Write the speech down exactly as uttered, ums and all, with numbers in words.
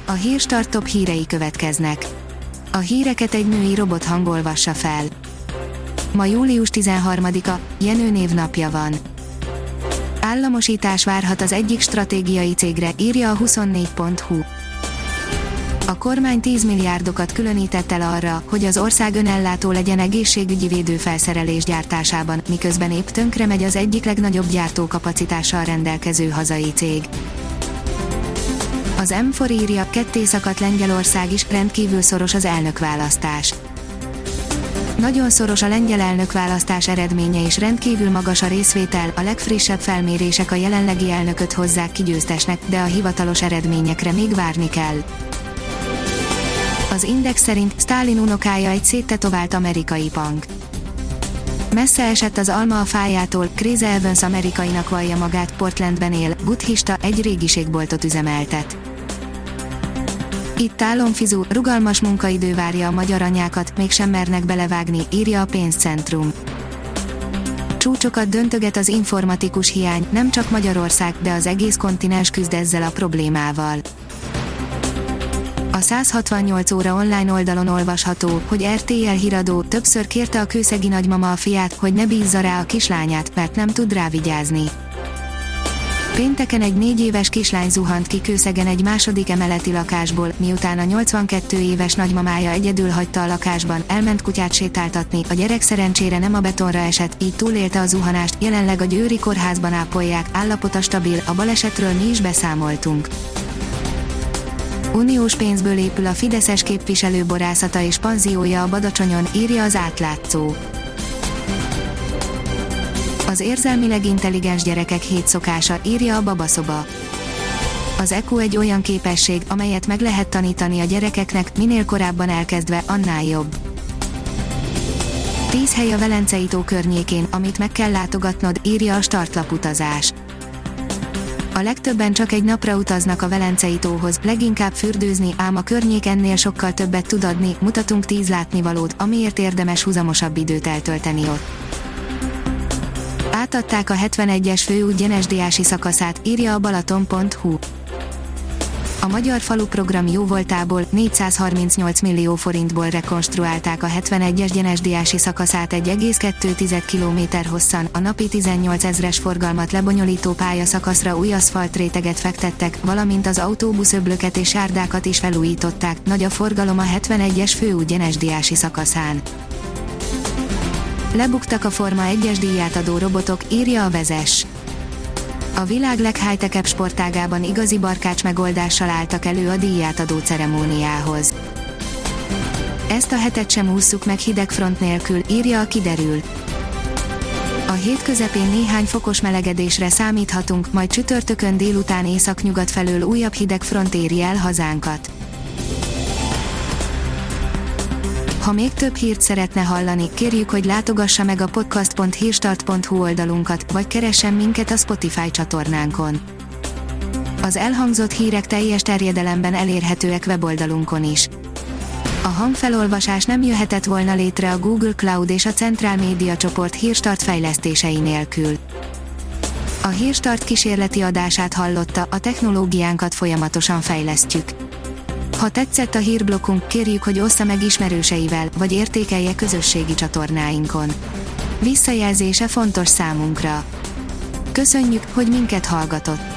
A Hírstart top hírei következnek. A híreket egy női robothang olvassa fel. Ma július tizenharmadika, Jenő névnapja van. Államosítás várhat az egyik stratégiai cégre, írja a huszonnégy pont hu. A kormány tíz milliárdokat különített el arra, hogy az ország önellátó legyen egészségügyi védőfelszerelés gyártásában, miközben épp tönkre megy az egyik legnagyobb gyártókapacitással rendelkező hazai cég. Az M négy írja, ketté szakadt Lengyelország is, rendkívül szoros az elnökválasztás. Nagyon szoros a lengyel elnökválasztás eredménye és rendkívül magas a részvétel, a legfrissebb felmérések a jelenlegi elnököt hozzák ki győztesnek, de a hivatalos eredményekre még várni kell. Az Index szerint Sztálin unokája egy széttetovált amerikai punk. Messze esett az alma a fájától, Chris Evans amerikainak vallja magát, Portlandben él, buddhista, egy régiségboltot üzemeltet. Itt álomfizu, rugalmas munkaidő várja a magyar anyákat, mégsem mernek belevágni, írja a Pénzcentrum. Csúcsokat döntöget az informatikus hiány, nem csak Magyarország, de az egész kontinens küzd ezzel a problémával. A száz hatvannyolc óra online oldalon olvasható, hogy er té el híradó többször kérte a kőszegi nagymama a fiát, hogy ne bízza rá a kislányát, mert nem tud rá vigyázni. Pénteken egy négy éves kislány zuhant ki Kőszegen egy második emeleti lakásból, miután a nyolcvankét éves nagymamája egyedül hagyta a lakásban, elment kutyát sétáltatni, a gyerek szerencsére nem a betonra esett, így túlélte a zuhanást, jelenleg a győri kórházban ápolják, állapota stabil, a balesetről mi is beszámoltunk. Uniós pénzből épül a fideszes képviselő borászata és panziója a Badacsonyon, írja az Átlátszó. Az érzelmileg intelligens gyerekek hét szokása, írja a Babaszoba. Az é kú egy olyan képesség, amelyet meg lehet tanítani a gyerekeknek, minél korábban elkezdve, annál jobb. tíz hely a Velencei-tó környékén, amit meg kell látogatnod, írja a Startlaputazás. A legtöbben csak egy napra utaznak a Velencei-tóhoz, leginkább fürdőzni, ám a környék ennél sokkal többet tud adni, mutatunk tíz látnivalót, amiért érdemes húzamosabb időt eltölteni ott. Átadták a hetvenegyes főút Gyenesdiási szakaszát, írja a Balaton pont hu. A Magyar Falu Program jóvoltából négyszázharmincnyolc millió forintból rekonstruálták a hetvenegyes Gyenesdiási szakaszát egy egész kettő kilométer hosszan, a napi tizennyolcezres forgalmat lebonyolító pályaszakaszra új aszfaltréteget fektettek, valamint az autóbuszöblöket és sárdákat is felújították, nagy a forgalom a hetvenegyes főút Gyenesdiási szakaszán. Lebuktak a Forma egyes díját adó robotok, írja a Vezes. A világ leghigh-techebb sportágában igazi barkács megoldással álltak elő a díjátadó ceremóniához. Ezt a hetet sem ússzuk meg hideg front nélkül, írja a Kiderül. A hét közepén néhány fokos melegedésre számíthatunk, majd csütörtökön délután északnyugat felől újabb hideg front éri el hazánkat. Ha még több hírt szeretne hallani, kérjük, hogy látogassa meg a podcast pont hírstart pont hu oldalunkat, vagy keressen minket a Spotify csatornánkon. Az elhangzott hírek teljes terjedelemben elérhetőek weboldalunkon is. A hangfelolvasás nem jöhetett volna létre a Google Cloud és a Centrál Média csoport Hírstart fejlesztései nélkül. A Hírstart kísérleti adását hallotta, a technológiánkat folyamatosan fejlesztjük. Ha tetszett a hírblokkunk, kérjük, hogy ossza meg ismerőseivel, vagy értékelje közösségi csatornáinkon. Visszajelzése fontos számunkra. Köszönjük, hogy minket hallgatott!